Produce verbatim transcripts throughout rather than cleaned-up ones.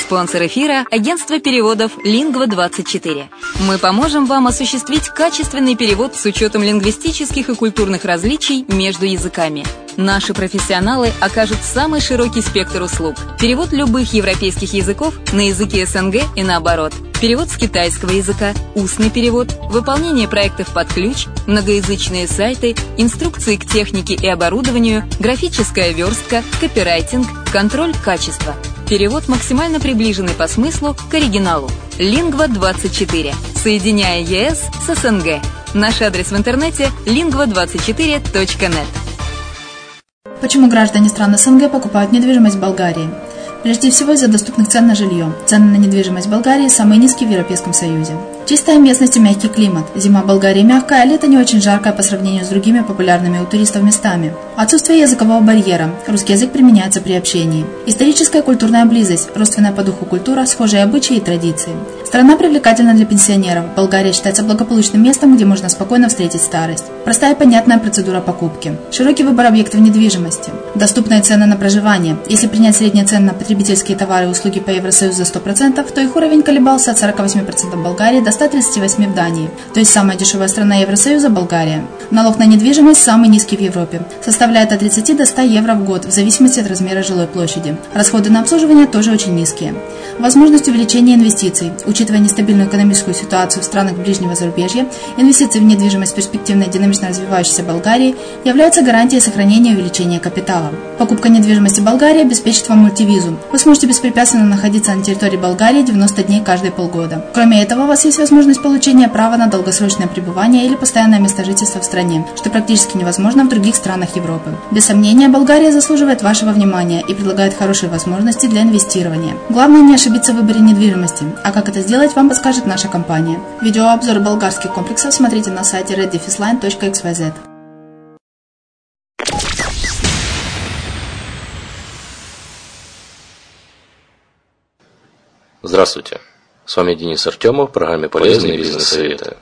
Спонсор эфира – агентство переводов Lingva двадцать четыре. Мы поможем вам осуществить качественный перевод с учетом лингвистических и культурных различий между языками. Наши профессионалы окажут самый широкий спектр услуг. Перевод любых европейских языков на языки СНГ и наоборот. Перевод с китайского языка, устный перевод, выполнение проектов под ключ, многоязычные сайты, инструкции к технике и оборудованию, графическая верстка, копирайтинг, контроль качества. Перевод максимально приближенный по смыслу к оригиналу. Lingva двадцать четыре. Соединяя ЕС с СНГ. Наш адрес в интернете lingva двадцать четыре точка нет. Почему граждане стран СНГ покупают недвижимость в Болгарии? Прежде всего из-за доступных цен на жилье. Цены на недвижимость в Болгарии самые низкие в Европейском Союзе. Чистая местность и мягкий климат. Зима в Болгарии мягкая, а лето не очень жаркое по сравнению с другими популярными у туристов местами. Отсутствие языкового барьера. Русский язык применяется при общении. Историческая и культурная близость. Родственная по духу культура, схожие обычаи и традиции. Страна привлекательна для пенсионеров. Болгария считается благополучным местом, где можно спокойно встретить старость. Простая и понятная процедура покупки. Широкий выбор объектов недвижимости. Доступные цены на проживание. Если принять средние цены на потребительские товары и услуги по Евросоюзу за сто процентов, то их уровень колебался от сорок восемь процентов в Болгарии до ста тридцати восьми процентов в Дании. То есть самая дешевая страна Евросоюза – Болгария. Налог на недвижимость самый низкий в Европе. Составляет от тридцати до ста евро в год, в зависимости от размера жилой площади. Расходы на обслуживание тоже очень низкие. Возможность увеличения инвестиций. Учитывая нестабильную экономическую ситуацию в странах ближнего зарубежья, инвестиции в недвижимость перспективной и динамично развивающейся Болгарии являются гарантией сохранения и увеличения капитала. Покупка недвижимости в Болгарии обеспечит вам мультивизу. Вы сможете беспрепятственно находиться на территории Болгарии девяносто дней каждые полгода. Кроме этого, у вас есть возможность получения права на долгосрочное пребывание или постоянное место жительства в стране, что практически невозможно в других странах Европы. Без сомнения, Болгария заслуживает вашего внимания и предлагает хорошие возможности для инвестирования. Главное не ошибиться в выборе недвижимости, а как это сделать, вам подскажет наша компания. Видеообзор болгарских комплексов смотрите на сайте red dash line точка икс вай зет. Здравствуйте, с вами Денис Артемов в программе «Полезные бизнес-советы».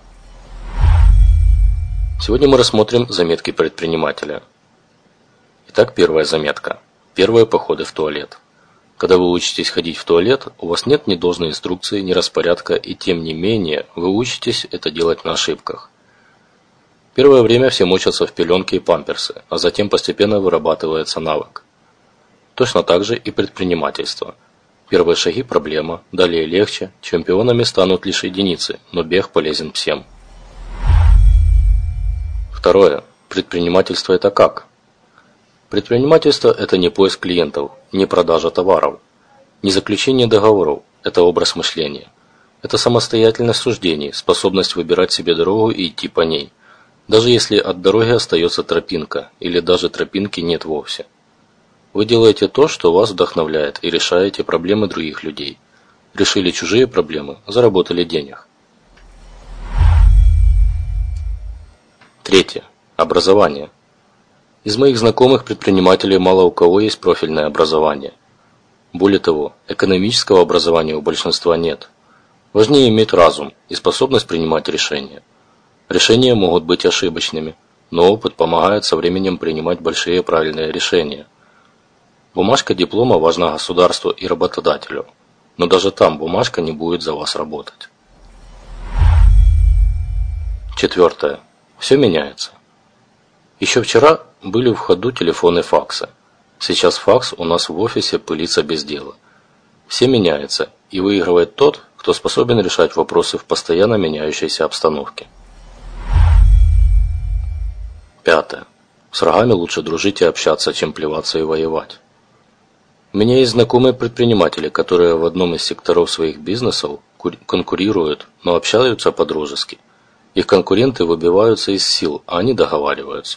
Сегодня мы рассмотрим заметки предпринимателя. Итак, первая заметка. Первые походы в туалет. Когда вы учитесь ходить в туалет, у вас нет ни должной инструкции, ни распорядка, и тем не менее вы учитесь это делать на ошибках. Первое время все мочатся в пеленки и памперсы, а затем постепенно вырабатывается навык. Точно так же и предпринимательство. Первые шаги – проблема, далее легче, чемпионами станут лишь единицы, но бег полезен всем. Второе. Предпринимательство – это как? Предпринимательство – это не поиск клиентов, не продажа товаров, не заключение договоров – это образ мышления. Это самостоятельность суждений, способность выбирать себе дорогу и идти по ней, даже если от дороги остается тропинка, или даже тропинки нет вовсе. Вы делаете то, что вас вдохновляет, и решаете проблемы других людей. Решили чужие проблемы, заработали денег. Третье. Образование. Из моих знакомых предпринимателей мало у кого есть профильное образование. Более того, экономического образования у большинства нет. Важнее иметь разум и способность принимать решения. Решения могут быть ошибочными, но опыт помогает со временем принимать большие правильные решения. Бумажка диплома важна государству и работодателю, но даже там бумажка не будет за вас работать. Четвертое. Все меняется. Еще вчера были в ходу телефоны факса. Сейчас факс у нас в офисе пылится без дела. Все меняется, и выигрывает тот, кто способен решать вопросы в постоянно меняющейся обстановке. Пятое. С врагами лучше дружить и общаться, чем плеваться и воевать. У меня есть знакомые предприниматели, которые в одном из секторов своих бизнесов конкурируют, но общаются по-дружески. Их конкуренты выбиваются из сил, а они договариваются.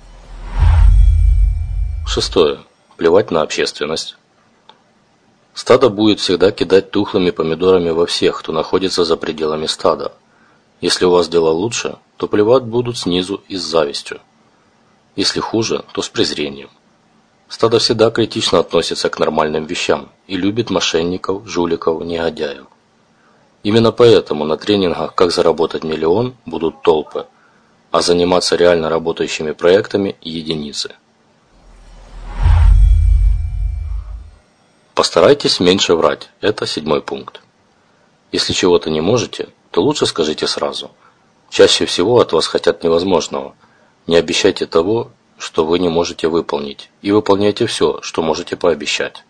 Шестое. Плевать на общественность. Стадо будет всегда кидать тухлыми помидорами во всех, кто находится за пределами стада. Если у вас дела лучше, то плевать будут снизу и с завистью. Если хуже, то с презрением. Стадо всегда критично относится к нормальным вещам и любит мошенников, жуликов, негодяев. Именно поэтому на тренингах «Как заработать миллион» будут толпы, а заниматься реально работающими проектами – единицы. Постарайтесь меньше врать. Это седьмой пункт. Если чего-то не можете, то лучше скажите сразу. Чаще всего от вас хотят невозможного. Не обещайте того, что вы не можете выполнить, и выполняйте все, что можете пообещать.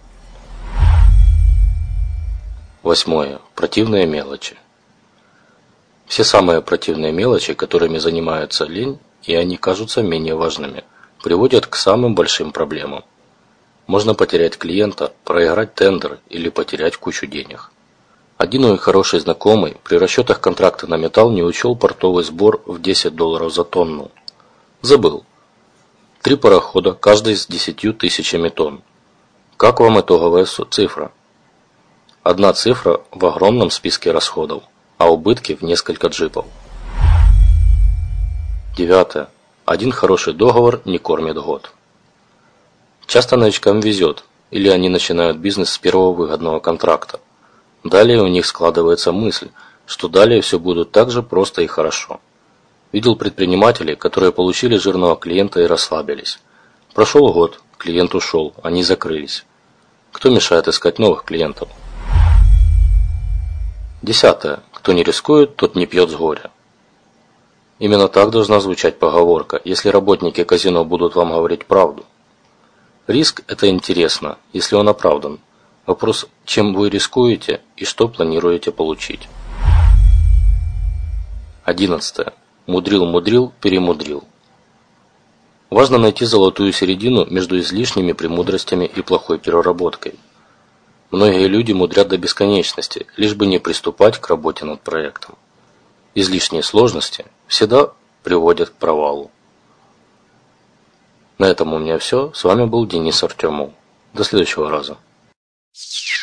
Восьмое. Противные мелочи. Все самые противные мелочи, которыми занимается лень, и они кажутся менее важными, приводят к самым большим проблемам. Можно потерять клиента, проиграть тендер или потерять кучу денег. Один мой хороший знакомый при расчетах контракта на металл не учел портовый сбор в десять долларов за тонну. Забыл. Три парохода, каждый с десятью тысячами тонн. Как вам итоговая цифра? Одна цифра в огромном списке расходов, а убытки в несколько джипов. Девятое. Один хороший договор не кормит год. Часто новичкам везет, или они начинают бизнес с первого выгодного контракта. Далее у них складывается мысль, что далее все будет так же просто и хорошо. Видел предпринимателей, которые получили жирного клиента и расслабились. Прошел год, клиент ушел, они закрылись. Кто мешает искать новых клиентов? Десятое. Кто не рискует, тот не пьет с горя. Именно так должна звучать поговорка, если работники казино будут вам говорить правду. Риск – это интересно, если он оправдан. Вопрос, чем вы рискуете и что планируете получить. Одиннадцатое. Мудрил-мудрил, перемудрил. Важно найти золотую середину между излишними премудростями и плохой переработкой. Многие люди мудрят до бесконечности, лишь бы не приступать к работе над проектом. Излишние сложности всегда приводят к провалу. На этом у меня все. С вами был Денис Артемов. До следующего раза.